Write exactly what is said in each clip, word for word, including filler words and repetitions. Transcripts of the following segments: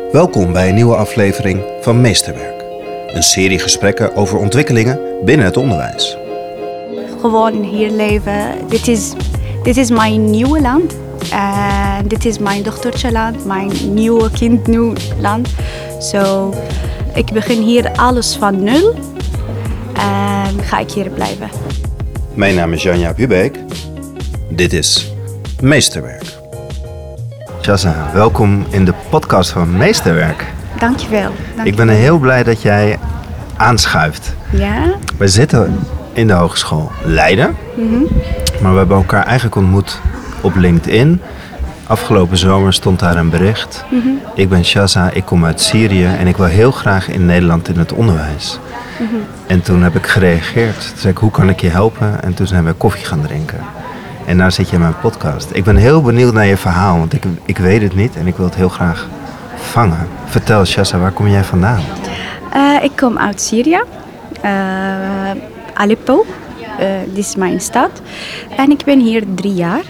Welkom bij een nieuwe aflevering van Meesterwerk. Een serie gesprekken over ontwikkelingen binnen het onderwijs. Gewoon hier leven. Dit is, dit is mijn nieuwe land. En dit is mijn dochtertje land, mijn nieuwe kind, nieuw land. So, ik begin hier alles van nul. En ga ik hier blijven. Mijn naam is Janja Hubeek. Dit is Meesterwerk. Shazza, welkom in de podcast van Meesterwerk. Dankjewel. Dankjewel. Ik ben heel blij dat jij aanschuift. Ja? We zitten in de Hogeschool Leiden. Mm-hmm. Maar we hebben elkaar eigenlijk ontmoet op LinkedIn. Afgelopen zomer stond daar een bericht. Mm-hmm. Ik ben Shazza, ik kom uit Syrië en ik wil heel graag in Nederland in het onderwijs. Mm-hmm. En toen heb ik gereageerd. Toen zei ik, hoe kan ik je helpen? En toen zijn we koffie gaan drinken. En daar zit je in mijn podcast. Ik ben heel benieuwd naar je verhaal, want ik, ik weet het niet en ik wil het heel graag vangen. Vertel, Shazza, waar kom jij vandaan? Uh, ik kom uit Syrië, uh, Aleppo. Uh, dit is mijn stad. En ik ben hier drie jaar.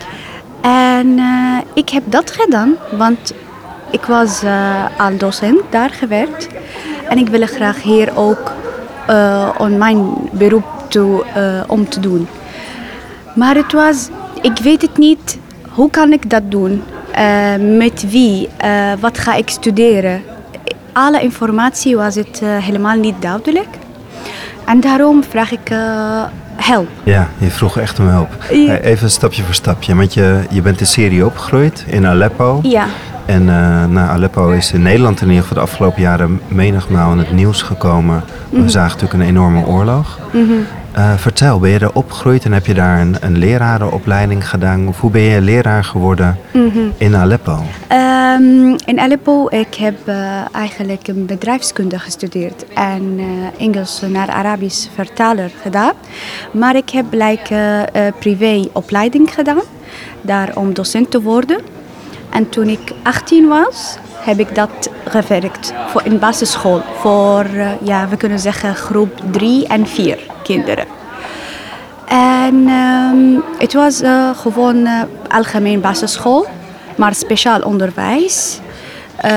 En uh, ik heb dat gedaan, want ik was uh, als docent daar gewerkt. En ik wil graag hier ook uh, on mijn beroep toe, uh, om te doen. Maar het was, ik weet het niet, hoe kan ik dat doen? Uh, met wie? Uh, wat ga ik studeren? Alle informatie was het uh, helemaal niet duidelijk. En daarom vraag ik uh, help. Ja, je vroeg echt om hulp. Ja. Even stapje voor stapje, want je, je bent in Syrië opgegroeid, in Aleppo. Ja. En uh, nou, Aleppo is in Nederland in ieder geval de afgelopen jaren menigmaal in het nieuws gekomen. We Mm-hmm. zagen natuurlijk een enorme oorlog. Mm-hmm. Uh, vertel, ben je daar opgegroeid en heb je daar een, een lerarenopleiding gedaan? Of hoe ben je leraar geworden Mm-hmm. in Aleppo? Um, in Aleppo ik heb ik uh, eigenlijk een bedrijfskunde gestudeerd en uh, Engels naar Arabisch vertaler gedaan. Maar ik heb like, uh, uh, privéopleiding gedaan, daar om docent te worden. En toen ik achttien was, heb ik dat gewerkt voor in basisschool. Voor, uh, ja, we kunnen zeggen groep drie en vier kinderen. En um, het was uh, gewoon uh, algemeen basisschool, maar speciaal onderwijs. Uh,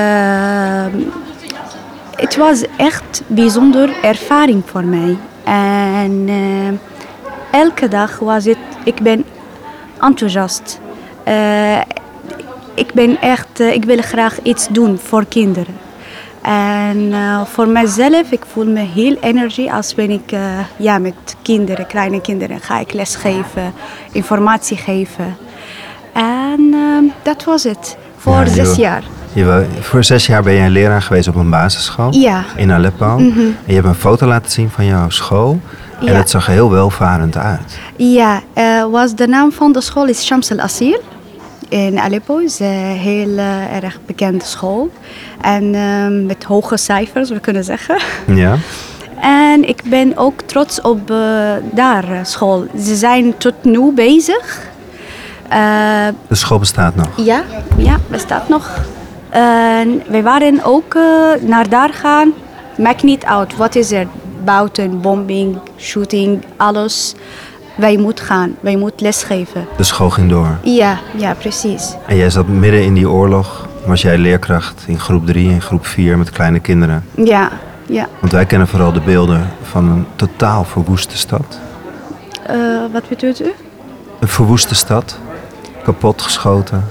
het was echt een bijzondere ervaring voor mij. En uh, elke dag was het, ik ben enthousiast. Uh, Ik ben echt, uh, ik wil graag iets doen voor kinderen. En uh, voor mezelf, ik voel me heel energie als ben ik uh, ja, met kinderen, kleine kinderen, ga ik lesgeven, informatie geven. En uh, dat was het, voor Ja, zes je, jaar. Je, voor zes jaar ben je leraar geweest op een basisschool Ja. in Aleppo. Mm-hmm. En je hebt een foto laten zien van jouw school. En Ja. het zag er heel welvarend uit. Ja, uh, was de naam van de school is Shams al-Asir. In Aleppo is een heel uh, erg bekende school. En uh, met hoge cijfers, we kunnen zeggen. Ja. En ik ben ook trots op uh, daar uh, school. Ze zijn tot nu bezig. Uh, De school bestaat nog. ja, ja, bestaat nog. En we waren ook uh, naar daar gaan. Maakt niet uit, wat is er? Buiten, bombing, shooting, alles. Wij moeten gaan, wij moeten lesgeven. De school ging door. Ja, ja, precies. En jij zat midden in die oorlog. Was jij leerkracht in groep drie en groep vier met kleine kinderen. Ja, ja. Want wij kennen vooral de beelden van een totaal verwoeste stad. Uh, wat bedoelt u? Een verwoeste stad. Kapotgeschoten.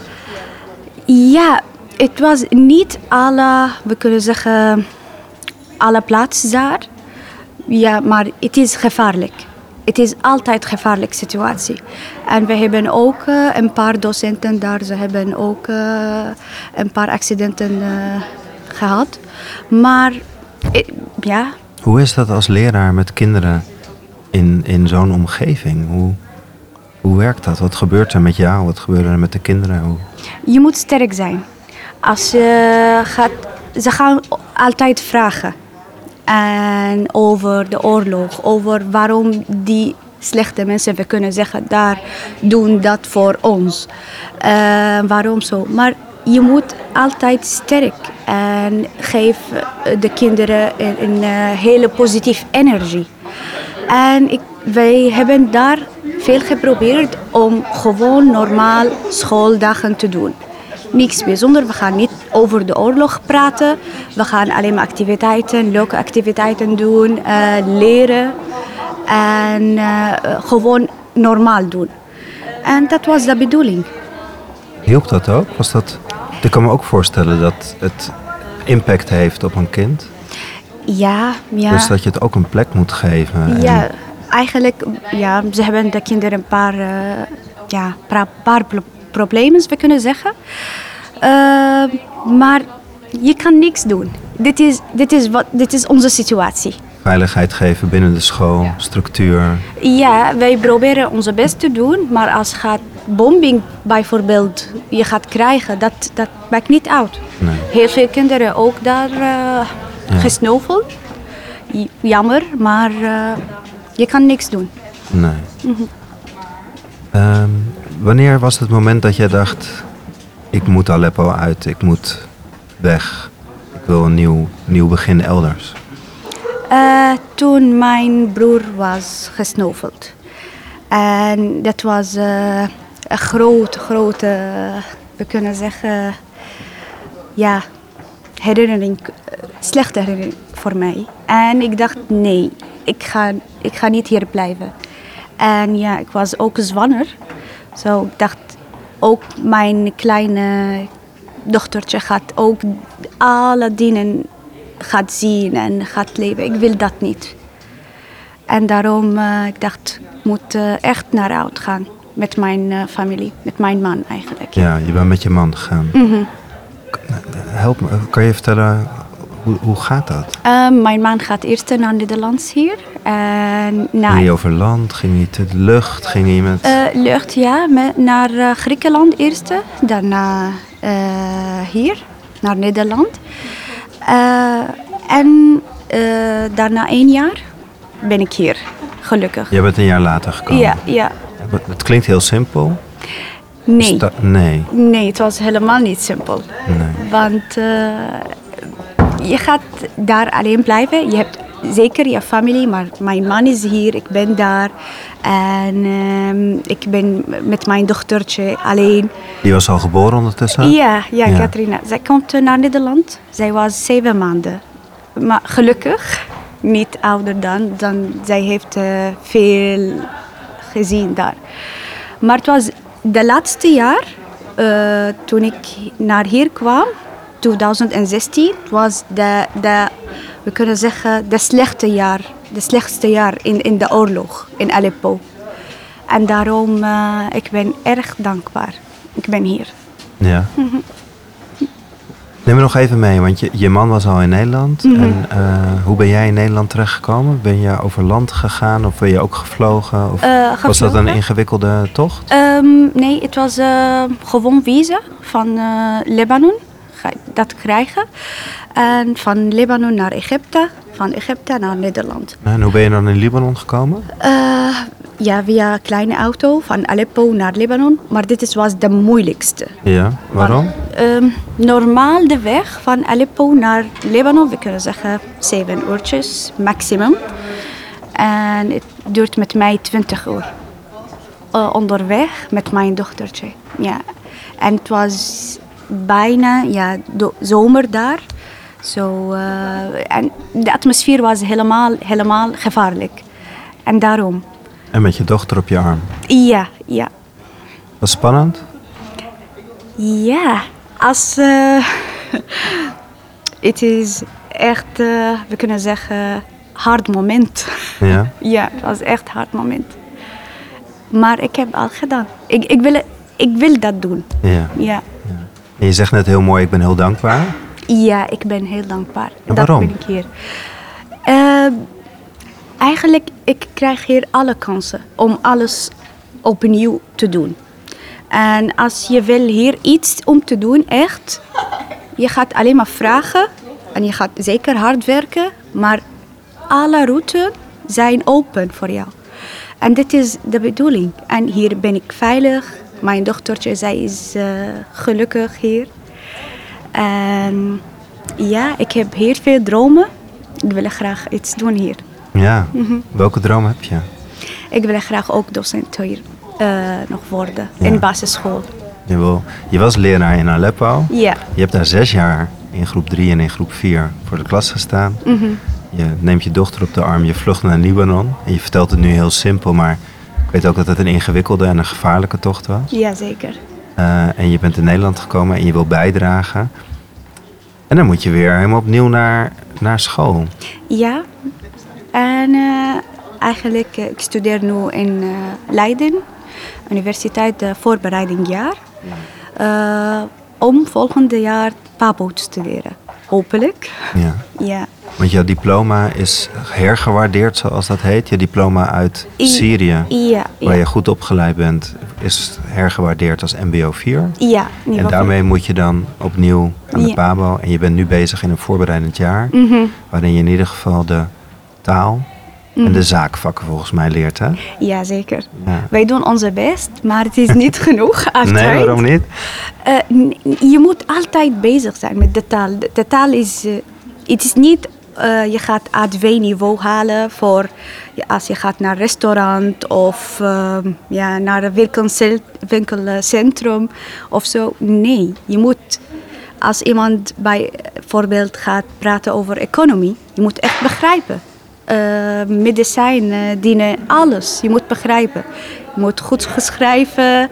Ja, het was niet alle, we kunnen zeggen, alle plaatsen daar. Ja, maar het is gevaarlijk. Het is altijd een gevaarlijke situatie. En we hebben ook uh, een paar docenten daar. Ze hebben ook uh, een paar accidenten uh, gehad. Maar uh, ja. Hoe is dat als leraar met kinderen in, in zo'n omgeving? Hoe, hoe werkt dat? Wat gebeurt er met jou? Wat gebeurt er met de kinderen? Hoe... Je moet sterk zijn. Als je gaat, ze gaan altijd vragen. En over de oorlog, over waarom die slechte mensen, we kunnen zeggen, daar doen dat voor ons. Uh, waarom zo? Maar je moet altijd sterk en geef de kinderen een, een hele positieve energie. En ik, wij hebben daar veel geprobeerd om gewoon normaal schooldagen te doen. niks bijzonder. We gaan niet over de oorlog praten. We gaan alleen maar activiteiten, leuke activiteiten doen, uh, leren. En uh, gewoon normaal doen. En dat was de bedoeling. Hielp dat ook? Was dat... Ik kan me ook voorstellen dat het impact heeft op een kind. Ja, ja. Dus dat je het ook een plek moet geven. Ja, en... eigenlijk, ja, ze hebben de kinderen een paar, uh, ja, paar, paar pro- problemen, we kunnen zeggen. Uh, maar je kan niks doen. Dit is, dit is, wat, dit is onze situatie. Veiligheid geven binnen de school, structuur. Ja, wij proberen onze best te doen, maar als gaat bombing bijvoorbeeld je gaat krijgen, dat, dat maakt niet uit. Nee. Heel veel kinderen ook daar uh, ja. gesneuveld. Jammer, maar uh, je kan niks doen. Nee. Mm-hmm. Um, wanneer was het moment dat jij dacht, ik moet Aleppo uit, ik moet weg, ik wil een nieuw, nieuw begin elders? Uh, toen mijn broer was gesneuveld. En dat was uh, een grote, grote, we kunnen zeggen, ja, herinnering, slechte herinnering voor mij. En ik dacht, nee, ik ga, ik ga niet hier blijven. En ja, ik was ook zwanger. Zo, so, ik dacht, ook mijn kleine dochtertje gaat ook alle dingen gaat zien en gaat leven. Ik wil dat niet. En daarom, uh, ik dacht, ik moet uh, echt naar oud gaan. Met mijn uh, familie, met mijn man eigenlijk. Ja, je bent met je man gegaan. Mm-hmm. Help me, kan je vertellen, hoe, hoe gaat dat? Uh, mijn man gaat eerst naar Nederlands hier. En naar... Ging je over land? Ging je te de lucht? Ging je met... Uh, lucht, ja. Met, naar uh, Griekenland eerst. Daarna uh, hier, naar Nederland. Uh, en uh, daarna één jaar ben ik hier, gelukkig. Je bent een jaar later gekomen? Ja, ja. Het klinkt heel simpel. Nee. Sta- nee. Nee, het was helemaal niet simpel. Nee. Want uh, je gaat daar alleen blijven. Je hebt zeker je familie, maar mijn man is hier, ik ben daar. En uh, ik ben met mijn dochtertje alleen. Die was al geboren ondertussen? Ja, ja, ja. Katrina. Zij komt naar Nederland. Zij was zeven maanden. Maar gelukkig, niet ouder dan. dan zij heeft uh, veel gezien daar. Maar het was de laatste jaar, uh, toen ik naar hier kwam, twintig zestien, was de, de, we kunnen zeggen, de slechte jaar, de slechtste jaar in, in de oorlog in Aleppo. En daarom, uh, ik ben erg dankbaar. Ik ben hier. Ja. Mm-hmm. Neem me nog even mee, want je, je man was al in Nederland. Mm-hmm. En uh, hoe ben jij in Nederland terechtgekomen? Ben je over land gegaan of ben je ook gevlogen? Of uh, gevlogen? Was dat een ingewikkelde tocht? Um, nee, het was uh, gewoon visa van uh, Libanon. Dat krijgen. En van Libanon naar Egypte, van Egypte naar Nederland. En hoe ben je dan in Libanon gekomen? Uh, ja, via een kleine auto van Aleppo naar Libanon. Maar dit is, was de moeilijkste. Ja, waarom? Want, um, normaal de weg van Aleppo naar Libanon, we kunnen zeggen zeven uurtjes maximum. En het duurt met mij twintig uur. Uh, onderweg met mijn dochtertje. Ja. En het was bijna ja, de zomer daar. So, uh, en de atmosfeer was helemaal, helemaal gevaarlijk. En daarom. En met je dochter op je arm? Ja, ja. Was spannend? Ja, als... Uh, het is echt, uh, we kunnen zeggen, hard moment. Ja? Ja, het was echt een hard moment. Maar ik heb al gedaan. Ik, ik, wil, ik wil dat doen. Ja. Ja. Ja. En je zegt net heel mooi, ik ben heel dankbaar. Ja, ik ben heel dankbaar. En dat waarom? ben ik hier. Uh, eigenlijk, ik krijg hier alle kansen om alles opnieuw te doen. En als je wil hier iets om te doen, echt, je gaat alleen maar vragen. En je gaat zeker hard werken, maar alle routes zijn open voor jou. En dit is de bedoeling. En hier ben ik veilig. Mijn dochtertje, zij is uh, gelukkig hier. En ja, ik heb heel veel dromen. Ik wil graag iets doen hier. Ja, mm-hmm. Welke droom heb je? Ik wil graag ook docent hier uh, nog worden, ja. In basisschool. Je, wil, je was leraar in Aleppo. Ja. Je hebt daar zes jaar in groep drie en in groep vier voor de klas gestaan. Mm-hmm. Je neemt je dochter op de arm, je vlucht naar Libanon. En je vertelt het nu heel simpel, maar ik weet ook dat het een ingewikkelde en een gevaarlijke tocht was. Jazeker. Uh, en je bent in Nederland gekomen en je wil bijdragen. En dan moet je weer helemaal opnieuw naar, naar school. Ja. En uh, eigenlijk, uh, ik studeer nu in uh, Leiden. Universiteit uh, voorbereidingjaar. Uh, om volgende jaar Pabo te studeren. Hopelijk. Ja. Ja. Want jouw diploma is hergewaardeerd, zoals dat heet. Je diploma uit I- Syrië, Ja. waar ja. je goed opgeleid bent, is hergewaardeerd als M B O vier. Ja. En daarmee moet je dan opnieuw aan de Ja. Pabo. En je bent nu bezig in een voorbereidend jaar, Mm-hmm. waarin je in ieder geval de taal en de zaakvakken volgens mij leert, hè? Ja, zeker. Ja. Wij doen onze best, maar het is niet genoeg altijd. Nee, waarom niet? Uh, n- je moet altijd bezig zijn met de taal. De, de taal is... Uh, het is niet... Uh, je gaat A twee niveau halen voor... Ja, als je gaat naar een restaurant of uh, ja, naar een winkelcel- winkelcentrum of zo. Nee, je moet... Als iemand bijvoorbeeld gaat praten over economie, je moet echt begrijpen. Uh, medicijnen dienen, alles. Je moet begrijpen. Je moet goed geschreven,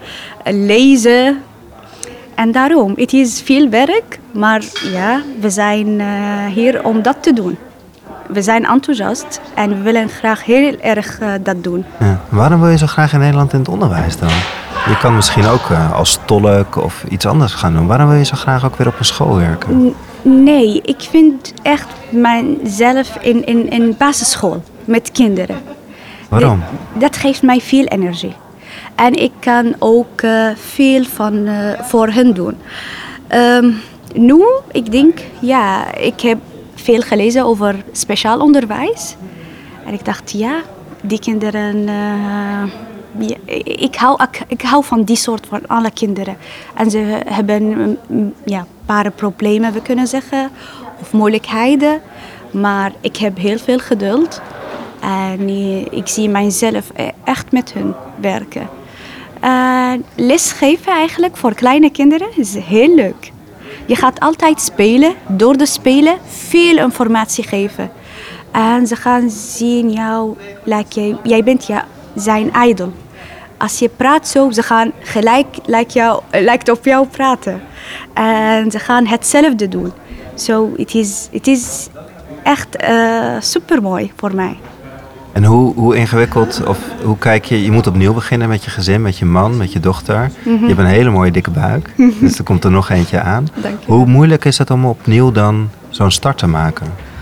lezen. En daarom, het is veel werk, maar ja, we zijn uh, hier om dat te doen. We zijn enthousiast en we willen graag heel erg uh, dat doen. Ja. Waarom wil je zo graag in Nederland in het onderwijs dan? Je kan misschien ook uh, als tolk of iets anders gaan doen. Waarom wil je zo graag ook weer op een school werken? N- nee, ik vind echt mijzelf in, in, in basisschool met kinderen. Waarom? Dat geeft mij veel energie. En ik kan ook uh, veel van, uh, voor hen doen. Um, nu, ik denk, ja, ik heb veel gelezen over speciaal onderwijs. En ik dacht, ja, die kinderen... Uh, ja, ik, hou, ik, ik hou van die soort van alle kinderen. En ze hebben ja, een paar problemen, we kunnen zeggen. Of moeilijkheden. Maar ik heb heel veel geduld. En ik zie mijzelf echt met hun werken. Uh, lesgeven eigenlijk voor kleine kinderen is heel leuk. Je gaat altijd spelen, door de spelen veel informatie geven. En ze gaan zien jou, like jij, jij bent ja, zijn idool. Als je praat zo, ze gaan gelijk like jou, lijkt op jou praten. En ze gaan hetzelfde doen. So, het is, het is echt uh, super mooi voor mij. En hoe, hoe ingewikkeld, of hoe kijk je, je moet opnieuw beginnen met je gezin, met je man, met je dochter. Mm-hmm. Je hebt een hele mooie dikke buik, mm-hmm. dus er komt er nog eentje aan. Dank je. Hoe moeilijk is het om opnieuw dan zo'n start te maken?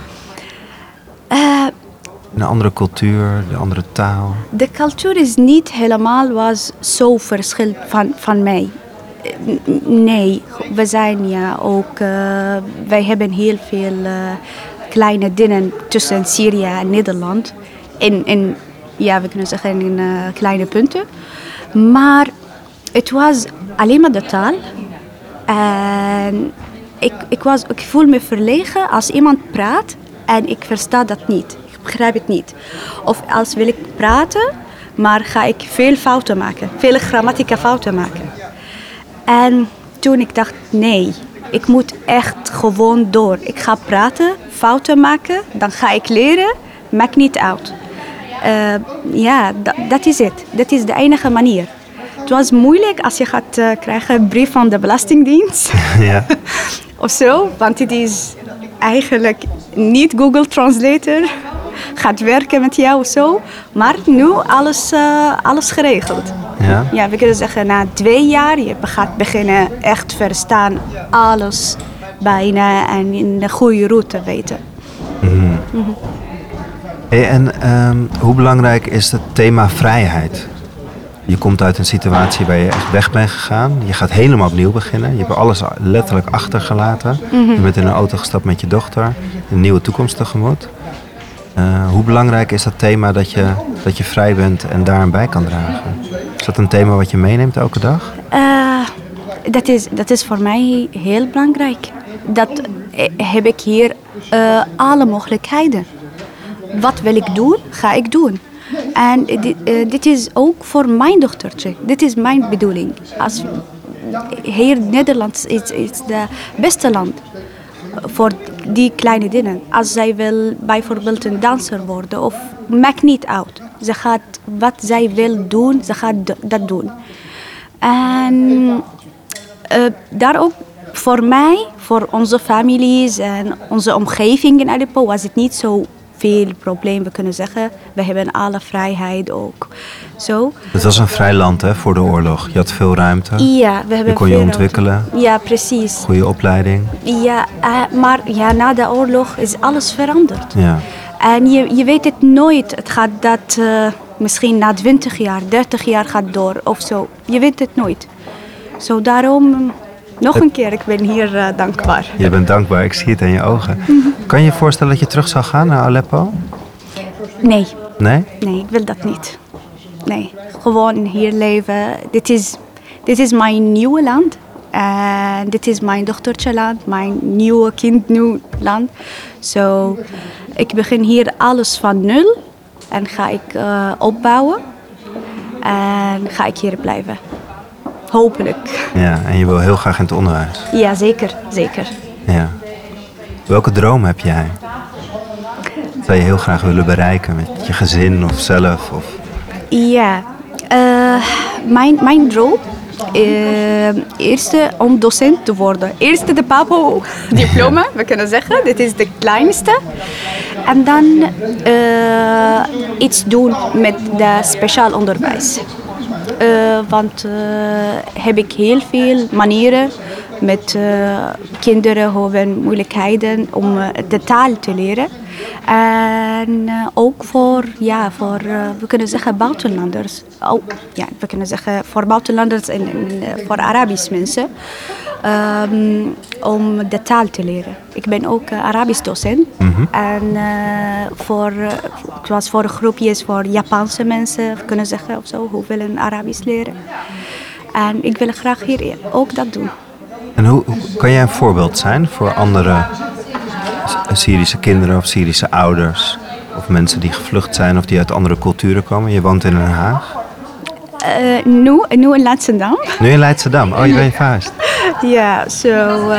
Uh, een andere cultuur, de andere taal? De cultuur is niet helemaal was zo verschil van, van mij. Nee, we zijn ja ook, uh, wij hebben heel veel uh, kleine dingen tussen Syrië en Nederland. In, in, ja, we kunnen zeggen in uh, kleine punten. Maar het was alleen maar de taal. En ik, ik, was, ik voel me verlegen als iemand praat en ik versta dat niet. Ik begrijp het niet. Of als wil ik praten, maar ga ik veel fouten maken. Veel grammatica fouten maken. En toen ik dacht, nee, ik moet echt gewoon door. Ik ga praten, fouten maken, dan ga ik leren, maakt niet uit. Uh, ja, dat, dat is het. Dat is de enige manier. Het was moeilijk als je gaat uh, krijgen een brief van de Belastingdienst. Ja. Of zo, want het is eigenlijk niet Google Translator. Gaat werken met jou of zo. Maar nu alles, uh, alles geregeld. Ja? Ja, we kunnen zeggen na twee jaar je gaat beginnen echt verstaan alles bijna en in de goede route weten. Mm-hmm. Mm-hmm. Hey, en um, hoe belangrijk is het thema vrijheid? Je komt uit een situatie waar je echt weg bent gegaan. Je gaat helemaal opnieuw beginnen. Je hebt alles letterlijk achtergelaten. Mm-hmm. Je bent in een auto gestapt met je dochter. Een nieuwe toekomst tegemoet. Uh, hoe belangrijk is dat thema dat je, dat je vrij bent en daaraan bij kan dragen? Is dat een thema wat je meeneemt elke dag? Uh, dat, is, dat is voor mij heel belangrijk. Dat heb ik hier uh, alle mogelijkheden. Wat wil ik doen, ga ik doen. En dit, uh, dit is ook voor mijn dochtertje. Dit is mijn bedoeling. Als hier Nederland is, is het beste land voor die kleine dingen. Als zij wil bijvoorbeeld een danser worden of maakt niet uit. Ze gaat wat zij wil doen, ze gaat dat doen. En uh, daar ook voor mij, voor onze families en onze omgeving in Aleppo was het niet zo veel probleem, we kunnen zeggen. We hebben alle vrijheid ook. Zo. Het was een vrij land hè, voor de oorlog. Je had veel ruimte. Ja, we hebben je kon je ontwikkelen. Ruimte. Ja, precies. Goede opleiding. Ja, uh, maar ja, na de oorlog is alles veranderd. Ja. En je, je weet het nooit. Het gaat dat uh, misschien na twintig jaar, dertig jaar gaat door of zo. Je weet het nooit. Zo daarom, nog een keer, ik ben hier uh, dankbaar. Je bent dankbaar, ik zie het in je ogen. Mm-hmm. Kan je je voorstellen dat je terug zou gaan naar Aleppo? Nee. Nee? Nee, ik wil dat niet. Nee, gewoon hier leven. Dit is, dit is mijn nieuwe land. En dit is mijn dochtertje land, mijn nieuwe kind, nieuw land. Zo, ik begin hier alles van nul. En ga ik uh, opbouwen. En ga ik hier blijven. Hopelijk. Ja, en je wil heel graag in het onderwijs. Ja, zeker, zeker. Ja. Welke droom heb jij? Wat zou je heel graag willen bereiken met je gezin of zelf? Of... Ja, uh, mijn, mijn droom uh, eerste om docent te worden. Eerste de PABO-diploma, we kunnen zeggen. Dit is de kleinste. En dan uh, iets doen met de speciaal onderwijs. Uh, want uh, heb ik heel veel manieren met uh, kinderen hebben moeilijkheden om uh, de taal te leren. En uh, ook voor, ja, voor uh, we kunnen zeggen buitenlanders. Oh, ja, we kunnen zeggen voor buitenlanders en, en uh, voor Arabische mensen. Um, om de taal te leren. Ik ben ook uh, Arabisch docent. Mm-hmm. En uh, voor, uh, het was voor groepjes voor Japanse mensen, we kunnen zeggen of zo, hoe willen Arabisch leren. En ik wil graag hier ook dat doen. En hoe, hoe kan jij een voorbeeld zijn voor andere Syrische kinderen of Syrische ouders? Of mensen die gevlucht zijn of die uit andere culturen komen? Je woont in Den Haag. Uh, nu, nu in Leidschendam. Nu in Leidschendam? Oh, je bent verhuisd. Ja, so,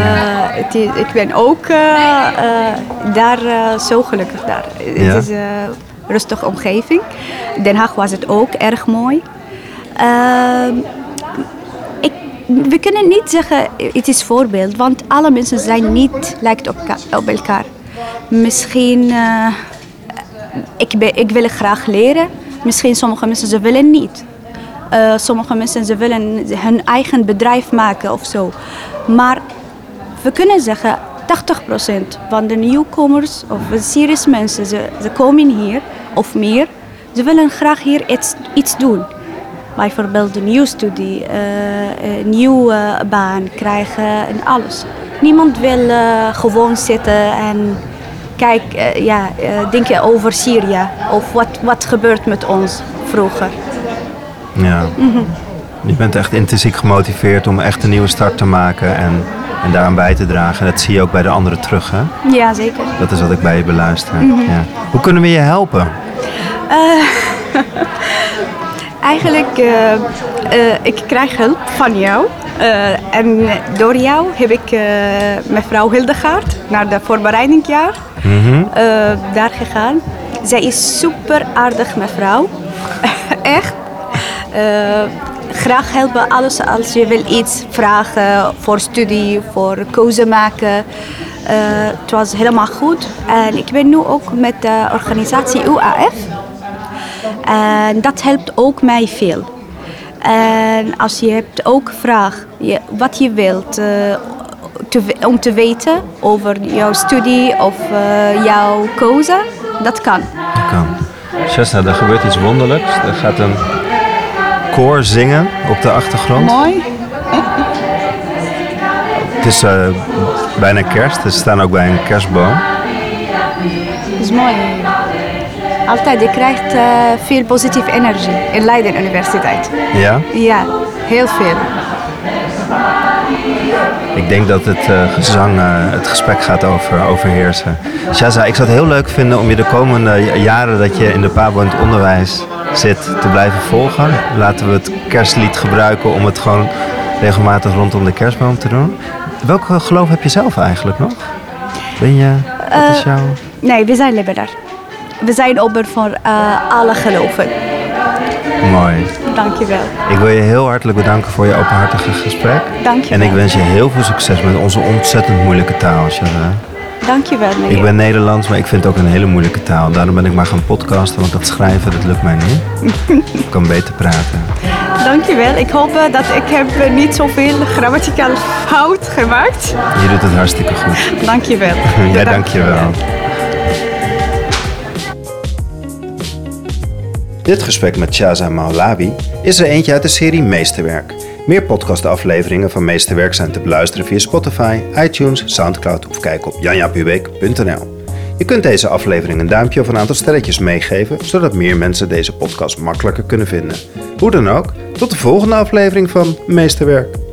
uh, ik ben ook uh, uh, daar uh, zo gelukkig daar. Het ja. is een uh, rustige omgeving. Den Haag was het ook erg mooi. Uh, ik, we kunnen niet zeggen, het is voorbeeld, want alle mensen zijn niet lijkt op, op elkaar. Misschien, uh, ik, ben, ik wil graag leren, misschien sommige mensen ze willen niet. Uh, sommige mensen ze willen hun eigen bedrijf maken of zo. Maar we kunnen zeggen tachtig procent van de nieuwkomers of de Syrische mensen, ze, ze komen hier of meer. Ze willen graag hier iets, iets doen. Bijvoorbeeld een nieuwe studie, uh, een nieuwe baan krijgen en alles. Niemand wil uh, gewoon zitten en kijken, uh, ja, uh, denken over Syrië of wat, wat gebeurt met ons vroeger. Ja, mm-hmm. Je bent echt intrinsiek gemotiveerd om echt een nieuwe start te maken en, en daaraan bij te dragen. Dat zie je ook bij de anderen terug, hè? Ja, zeker. Dat is wat ik bij je beluister. Mm-hmm. Ja. Hoe kunnen we je helpen? Uh, eigenlijk, uh, uh, ik krijg hulp van jou. Uh, en door jou heb ik uh, mevrouw Hildegaard naar de voorbereidingjaar mm-hmm. uh, daar gegaan. Zij is super aardig mevrouw. Echt. Uh, graag helpen alles als je wil iets vragen voor studie, voor keuze maken. Uh, het was helemaal goed. En ik ben nu ook met de organisatie U A F. En dat helpt ook mij veel. En als je hebt ook vraag je, wat je wilt uh, te, om te weten over jouw studie of uh, jouw keuze, dat kan. Dat kan. Shasta, er gebeurt iets wonderlijks. Er gaat een koor zingen op de achtergrond. Mooi. Het is uh, bijna kerst, dus ze staan ook bij een kerstboom. Dat is mooi. Altijd, je krijgt uh, veel positieve energie in Leiden Universiteit. Ja? Ja, heel veel. Ik denk dat het uh, gezang uh, het gesprek gaat over, overheersen. Shaza, ik zou het heel leuk vinden om je de komende jaren dat je in de PABO in het onderwijs zit te blijven volgen. Laten we het kerstlied gebruiken om het gewoon regelmatig rondom de kerstboom te doen. Welk geloof heb je zelf eigenlijk nog? Ben je, wat is jouw... Nee, we zijn liberaal. We zijn open voor uh, alle geloven. Mooi. Dankjewel. Ik wil je heel hartelijk bedanken voor je openhartige gesprek. Dankjewel. En ik wens je heel veel succes met onze ontzettend moeilijke taal, Shahzad. Dankjewel, meneer. Ik ben Nederlands, maar ik vind het ook een hele moeilijke taal. Daarom ben ik maar gaan podcasten, want dat schrijven, dat lukt mij niet. Ik kan beter praten. Dankjewel. Ik hoop dat ik heb niet zoveel grammaticaal fout gemaakt. Je doet het hartstikke goed. Dankjewel. Ja, dankjewel. Dit gesprek met Shahzad Maulawi is er eentje uit de serie Meesterwerk. Meer podcastafleveringen van Meesterwerk zijn te beluisteren via Spotify, iTunes, Soundcloud of kijk op jan jaap ubeek punt n l. Je kunt deze aflevering een duimpje of een aantal sterretjes meegeven, zodat meer mensen deze podcast makkelijker kunnen vinden. Hoe dan ook, tot de volgende aflevering van Meesterwerk.